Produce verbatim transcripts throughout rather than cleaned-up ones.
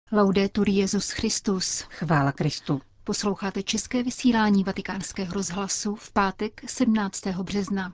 Laudetur Jesus Christus. Chvála Kristu. Posloucháte české vysílání Vatikánského rozhlasu v pátek sedmnáctého března.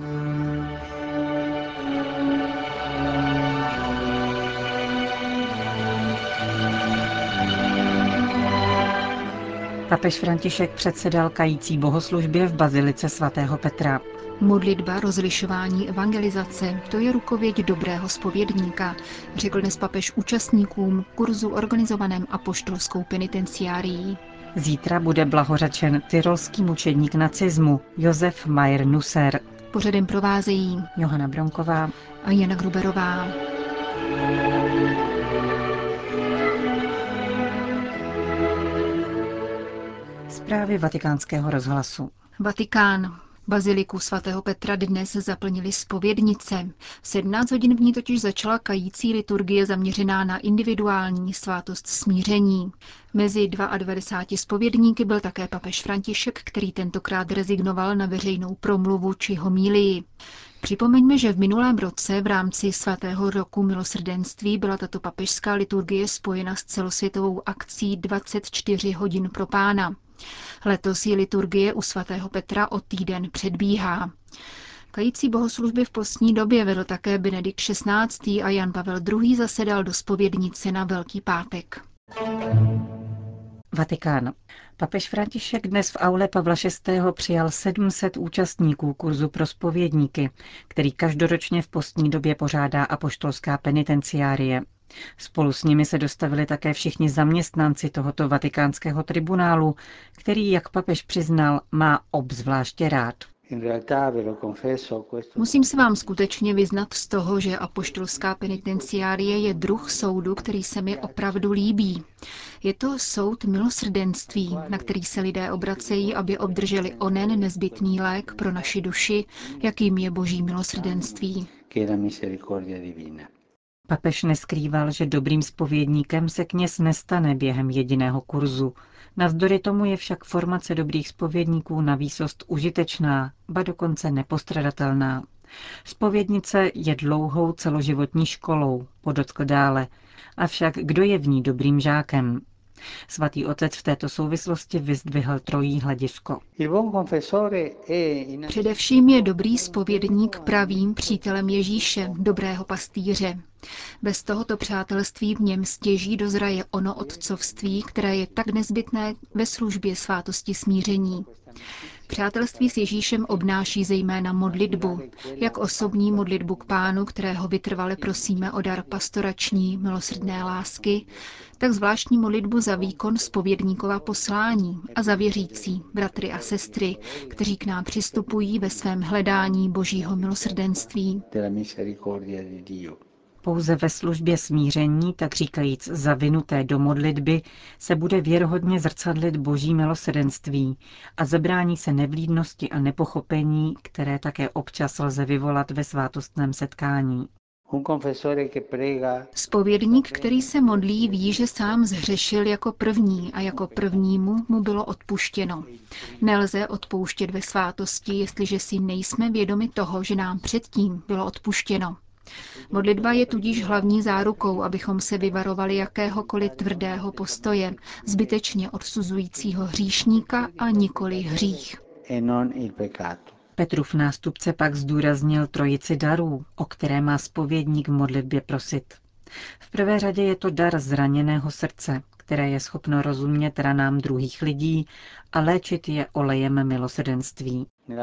Papež František předsedal kající bohoslužbě v bazilice svatého Petra. Modlitba, rozlišování, evangelizace, to je rukověď dobrého zpovědníka, řekl dnes papež účastníkům kurzu organizovaném apoštolskou penitenciárií. Zítra bude blahořečen tyrolský mučedník nacismu Josef Mayer-Nusser. Pořadem provázejí Johana Bronková a Jana Gruberová. Zprávy Vatikánského rozhlasu. Vatikán. Baziliku svatého Petra dnes zaplnili zpovědnice. V sedmnáct hodin v ní totiž začala kající liturgie zaměřená na individuální svátost smíření. Mezi dvaadevadesáti zpovědníky byl také papež František, který tentokrát rezignoval na veřejnou promluvu či homílii. Připomeňme, že v minulém roce v rámci svatého roku milosrdenství byla tato papežská liturgie spojena s celosvětovou akcí dvacet čtyři hodin pro Pána. Letos ji liturgie u svatého Petra o týden předbíhá. Kající bohoslužby v postní době vedl také Benedikt šestnáctý a Jan Pavel druhý zasedal do zpovědnice na Velký pátek. Vatikán. Papež František dnes v aule Pavla šestého. Přijal sedm set účastníků kurzu pro zpovědníky, který každoročně v postní době pořádá apoštolská penitenciárie. Spolu s nimi se dostavili také všichni zaměstnanci tohoto vatikánského tribunálu, který, jak papež přiznal, má obzvláště rád. Musím se vám skutečně vyznat z toho, že apoštolská penitenciárie je druh soudu, který se mi opravdu líbí. Je to soud milosrdenství, na který se lidé obracejí, aby obdrželi onen nezbytný lék pro naši duši, jakým je boží milosrdenství. Papež neskrýval, že dobrým zpovědníkem se kněz nestane během jediného kurzu. Navzdory tomu je však formace dobrých zpovědníků na výsost užitečná, ba dokonce nepostradatelná. Zpovědnice je dlouhou celoživotní školou, podotkl dále. Avšak kdo je v ní dobrým žákem? Svatý otec v této souvislosti vyzdvihl trojí hledisko. Především je dobrý zpovědník pravým přítelem Ježíše, dobrého pastýře. Bez tohoto přátelství v něm stěží dozraje ono otcovství, které je tak nezbytné ve službě svátosti smíření. Přátelství s Ježíšem obnáší zejména modlitbu, jak osobní modlitbu k Pánu, kterého vytrvale prosíme o dar pastorační, milosrdné lásky, tak zvláštní modlitbu za výkon zpovědníkova poslání a za věřící, bratry a sestry, kteří k nám přistupují ve svém hledání božího milosrdenství. Pouze ve službě smíření, tak říkajíc zavinuté do modlitby, se bude věrohodně zrcadlit boží milosrdenství a zabrání se nevlídnosti a nepochopení, které také občas lze vyvolat ve svátostném setkání. Zpovědník, který se modlí, ví, že sám zhřešil jako první a jako prvnímu mu bylo odpuštěno. Nelze odpouštět ve svátosti, jestliže si nejsme vědomi toho, že nám předtím bylo odpuštěno. Modlitba je tudíž hlavní zárukou, abychom se vyvarovali jakéhokoliv tvrdého postoje, zbytečně odsuzujícího hříšníka a nikoli hřích. Petrův nástupce pak zdůraznil trojici darů, o které má zpovědník v modlitbě prosit. V prvé řadě je to dar zraněného srdce, které je schopno rozumět ranám druhých lidí a léčit je olejem milosrdenství.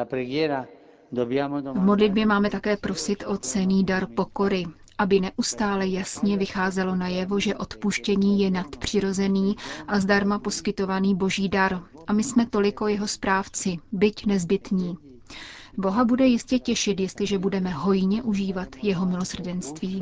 V modlitbě máme také prosit o cenný dar pokory, aby neustále jasně vycházelo najevo, že odpuštění je nadpřirozený a zdarma poskytovaný boží dar a my jsme toliko jeho správci, byť nezbytní. Boha bude jistě těšit, jestliže budeme hojně užívat jeho milosrdenství.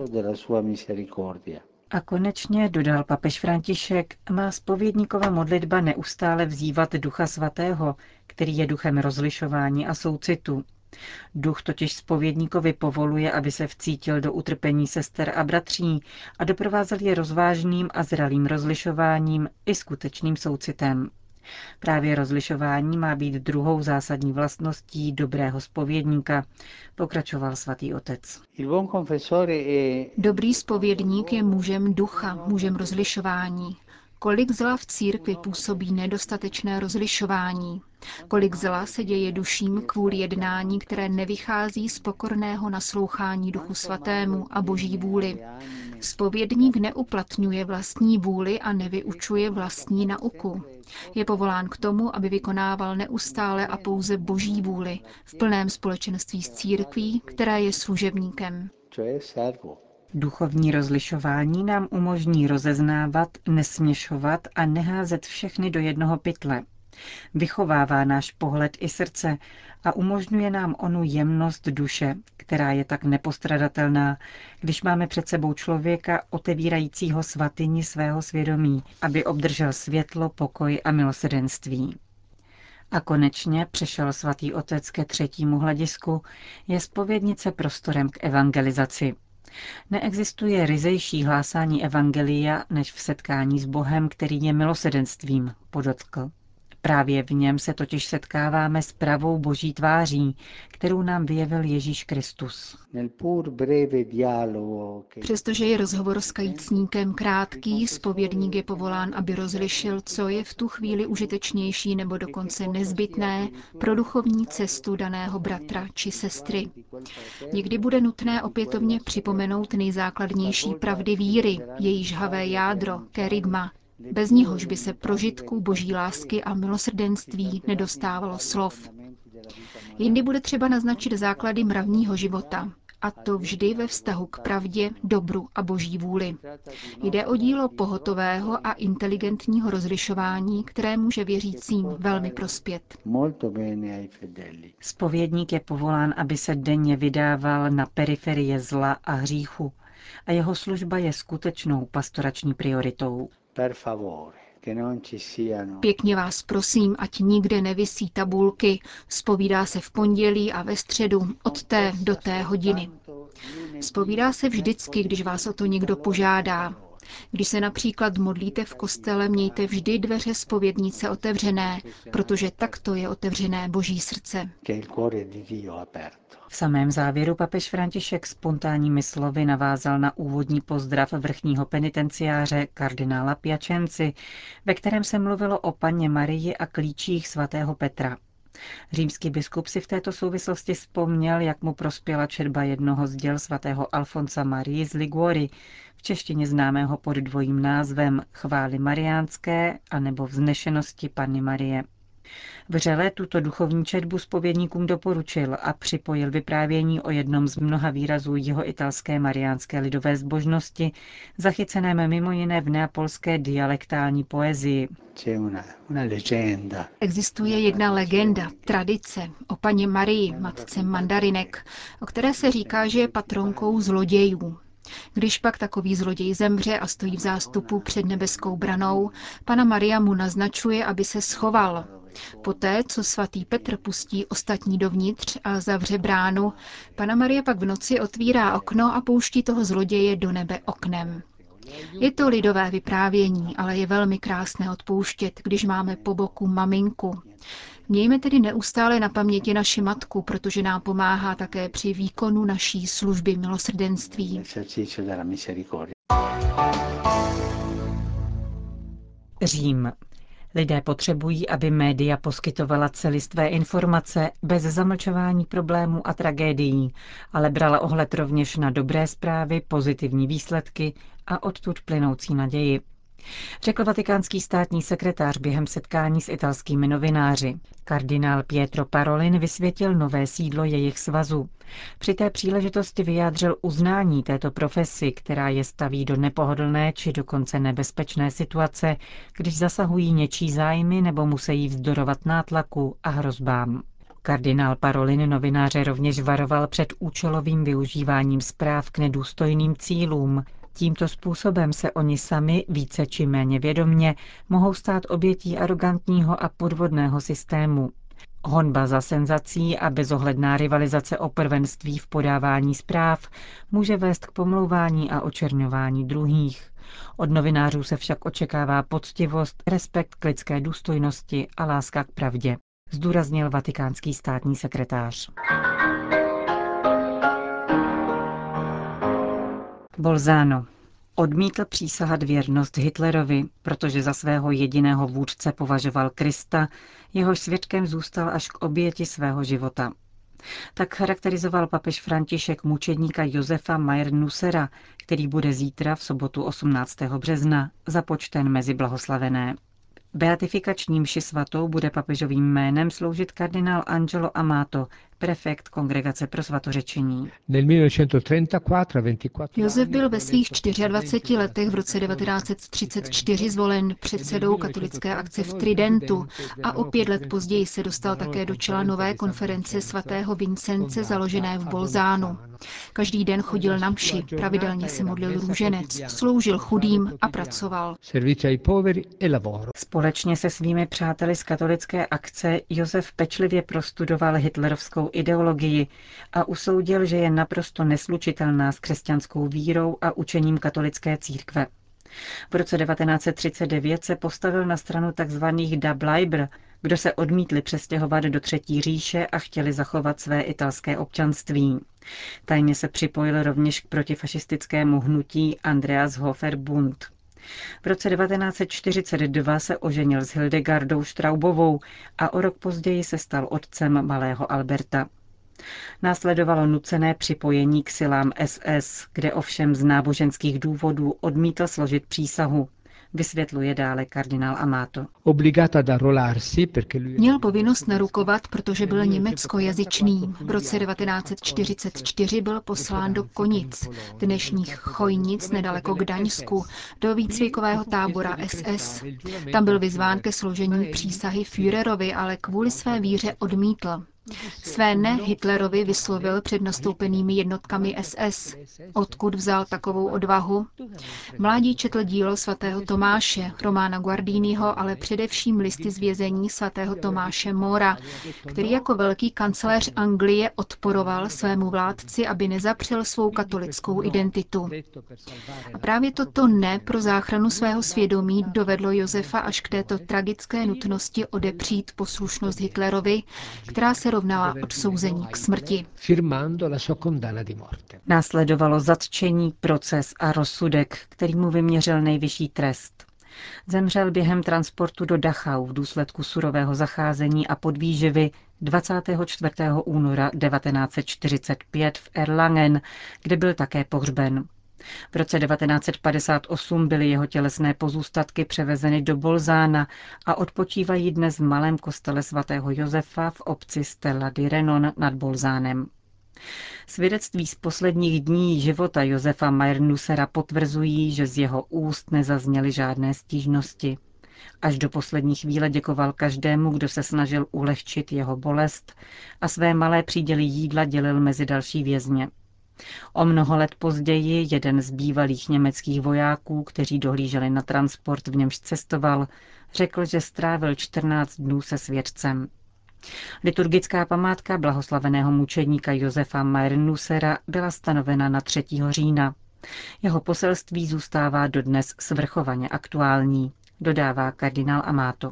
A konečně, dodal papež František, má zpovědníkova modlitba neustále vzývat Ducha Svatého, který je duchem rozlišování a soucitu. Duch totiž zpovědníkovi povoluje, aby se vcítil do utrpení sester a bratří a doprovázel je rozvážným a zralým rozlišováním i skutečným soucitem. Právě rozlišování má být druhou zásadní vlastností dobrého zpovědníka, pokračoval svatý otec. Dobrý zpovědník je mužem ducha, mužem rozlišování. Kolik zla v církvi působí nedostatečné rozlišování. Kolik zla se děje duším kvůli jednání, které nevychází z pokorného naslouchání Duchu Svatému a Boží vůli. Zpovědník neuplatňuje vlastní vůli a nevyučuje vlastní nauku. Je povolán k tomu, aby vykonával neustále a pouze Boží vůli v plném společenství s církví, která je služebníkem. Duchovní rozlišování nám umožní rozeznávat, nesměšovat a neházet všechny do jednoho pytle. Vychovává náš pohled i srdce a umožňuje nám onu jemnost duše, která je tak nepostradatelná, když máme před sebou člověka otevírajícího svatyni svého svědomí, aby obdržel světlo, pokoj a milosrdenství. A konečně přešel svatý otec ke třetímu hledisku, je zpovědnice prostorem k evangelizaci. Neexistuje ryzejší hlásání evangelia než v setkání s Bohem, který je milosrdenstvím, podotkl. Právě v něm se totiž setkáváme s pravou Boží tváří, kterou nám vyjevil Ježíš Kristus. Přestože je rozhovor s kajícníkem krátký, zpovědník je povolán, aby rozlišil, co je v tu chvíli užitečnější nebo dokonce nezbytné pro duchovní cestu daného bratra či sestry. Někdy bude nutné opětovně připomenout nejzákladnější pravdy víry, její žhavé jádro, kerygma, bez něhož by se prožitku Boží lásky a milosrdenství nedostávalo slov. Jindy bude třeba naznačit základy mravního života, a to vždy ve vztahu k pravdě, dobru a Boží vůli. Jde o dílo pohotového a inteligentního rozlišování, které může věřícím velmi prospět. Zpovědník je povolán, aby se denně vydával na periferie zla a hříchu a jeho služba je skutečnou pastorační prioritou. Pěkně vás prosím, ať nikde nevisí tabulky, zpovídá se v pondělí a ve středu od té do té hodiny. Zpovídá se vždycky, když vás o to někdo požádá. Když se například modlíte v kostele, mějte vždy dveře zpovědnice otevřené, protože takto je otevřené Boží srdce. V samém závěru papež František spontánními slovy navázal na úvodní pozdrav vrchního penitenciáře kardinála Piacenzi, ve kterém se mluvilo o Panně Marii a klíčích svatého Petra. Římský biskup si v této souvislosti vzpomněl, jak mu prospěla četba jednoho z děl svatého Alfonsa Marii z Liguori, v češtině známého pod dvojím názvem Chvály mariánské anebo Vznešenosti Panny Marie. Vřele tuto duchovní četbu zpovědníkům doporučil a připojil vyprávění o jednom z mnoha výrazů jeho italské mariánské lidové zbožnosti, zachyceném mimo jiné v neapolské dialektální poezii. Existuje jedna legenda, tradice o Panně Marii, matce mandarinek, o které se říká, že je patronkou zlodějů. Když pak takový zloděj zemře a stojí v zástupu před nebeskou branou, Panna Maria mu naznačuje, aby se schoval. Poté, co svatý Petr pustí ostatní dovnitř a zavře bránu, Panna Marie pak v noci otvírá okno a pouští toho zloděje do nebe oknem. Je to lidové vyprávění, ale je velmi krásné odpouštět, když máme po boku maminku. Mějme tedy neustále na paměti naši matku, protože nám pomáhá také při výkonu naší služby milosrdenství. Řím. Lidé potřebují, aby média poskytovala celistvé informace bez zamlčování problémů a tragédií, ale brala ohled rovněž na dobré zprávy, pozitivní výsledky a odtud plynoucí naději. Řekl vatikánský státní sekretář během setkání s italskými novináři. Kardinál Pietro Parolin vysvětil nové sídlo jejich svazu. Při té příležitosti vyjádřil uznání této profesi, která je staví do nepohodlné či dokonce nebezpečné situace, když zasahují něčí zájmy nebo musí vzdorovat nátlaku a hrozbám. Kardinál Parolin novináře rovněž varoval před účelovým využíváním zpráv k nedůstojným cílům. Tímto způsobem se oni sami, více či méně vědomně, mohou stát obětí arogantního a podvodného systému. Honba za senzací a bezohledná rivalizace o prvenství v podávání zpráv může vést k pomlouvání a očerňování druhých. Od novinářů se však očekává poctivost, respekt k lidské důstojnosti a láska k pravdě, zdůraznil vatikánský státní sekretář. Bolzano odmítl přísahat věrnost Hitlerovi, protože za svého jediného vůdce považoval Krista, jehož svědkem zůstal až k oběti svého života. Tak charakterizoval papež František mučedníka Josefa Mayer-Nussera, který bude zítra v sobotu osmnáctého března započten mezi blahoslavené. Beatifikační mši svatou bude papežovým jménem sloužit kardinál Angelo Amato, prefekt Kongregace pro svatořečení. Josef byl ve svých dvaceti čtyřech letech v roce devatenáct set třicet čtyři zvolen předsedou katolické akce v Tridentu a o pět let později se dostal také do čela nové konference svatého Vincence založené v Bolzánu. Každý den chodil na mši, pravidelně se modlil růženec, sloužil chudým a pracoval. Společně se svými přáteli z katolické akce Josef pečlivě prostudoval hitlerovskou ideologii a usoudil, že je naprosto neslučitelná s křesťanskou vírou a učením katolické církve. V roce devatenáct set třicet devět se postavil na stranu tzv. Dableiber, kdo se odmítli přestěhovat do Třetí říše a chtěli zachovat své italské občanství. Tajně se připojil rovněž k protifašistickému hnutí Andreas Hofer Bund. V roce devatenáct set čtyřicet dva se oženil s Hildegardou Straubovou a o rok později se stal otcem malého Alberta. Následovalo nucené připojení k silám S S, kde ovšem z náboženských důvodů odmítl složit přísahu. Vysvětluje dále kardinál Amato. Měl povinnost narukovat, protože byl německojazyčný. V roce devatenáct set čtyřicet čtyři byl poslán do Konic, dnešních Chojnic nedaleko Gdaňsku, do výcvikového tábora S S. Tam byl vyzván ke složení přísahy Führerovi, ale kvůli své víře odmítl. Své ne Hitlerovi vyslovil před nastoupenými jednotkami S S. Odkud vzal takovou odvahu? Mládí četl dílo svatého Tomáše, Romana Guardiniho, ale především listy z vězení svatého Tomáše Mora, který jako velký kancléř Anglie odporoval svému vládci, aby nezapřel svou katolickou identitu. A právě toto ne pro záchranu svého svědomí dovedlo Josefa až k této tragické nutnosti odepřít poslušnost Hitlerovi, která se rovnala odsouzení k smrti. Následovalo zatčení, proces a rozsudek, který mu vyměřil nejvyšší trest. Zemřel během transportu do Dachau v důsledku surového zacházení a podvýživy dvacátého čtvrtého února devatenáct set čtyřicet pět v Erlangen, kde byl také pohřben. V roce devatenáct set padesát osm byly jeho tělesné pozůstatky převezeny do Bolzána a odpočívají dnes v malém kostele svatého Josefa v obci Stella di Renon nad Bolzánem. Svědectví z posledních dní života Josefa Mayer-Nussera potvrzují, že z jeho úst nezazněly žádné stížnosti. Až do poslední chvíle děkoval každému, kdo se snažil ulehčit jeho bolest a své malé příděly jídla dělil mezi další vězně. O mnoho let později jeden z bývalých německých vojáků, kteří dohlíželi na transport, v němž cestoval, řekl, že strávil čtrnáct dnů se svědcem. Liturgická památka blahoslaveného mučedníka Josefa Mayer-Nussera byla stanovena na třetího října. Jeho poselství zůstává dodnes svrchovaně aktuální, dodává kardinál Amato.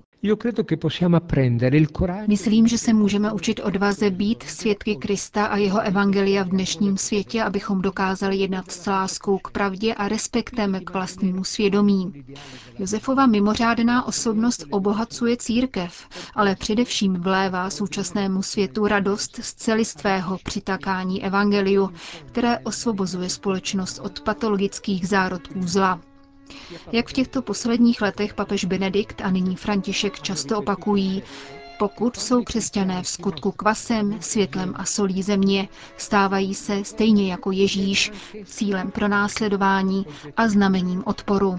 Myslím, že se můžeme učit odvaze být svědky Krista a jeho evangelia v dnešním světě, abychom dokázali jednat s láskou k pravdě a respektem k vlastnímu svědomí. Josefova mimořádná osobnost obohacuje církev, ale především vlévá současnému světu radost z celistvého přitakání evangeliu, které osvobozuje společnost od patologických zárodků zla. Jak v těchto posledních letech papež Benedikt a nyní František často opakují, pokud jsou křesťané v skutku kvasem, světlem a solí země, stávají se, stejně jako Ježíš, cílem pronásledování a znamením odporu.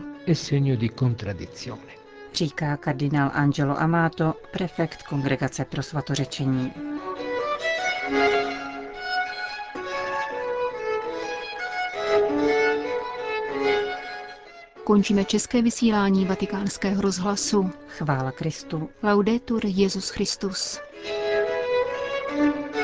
Říká kardinál Angelo Amato, prefekt Kongregace pro svatořečení. Končíme české vysílání Vatikánského rozhlasu. Chvála Kristu. Laudetur Jesus Christus.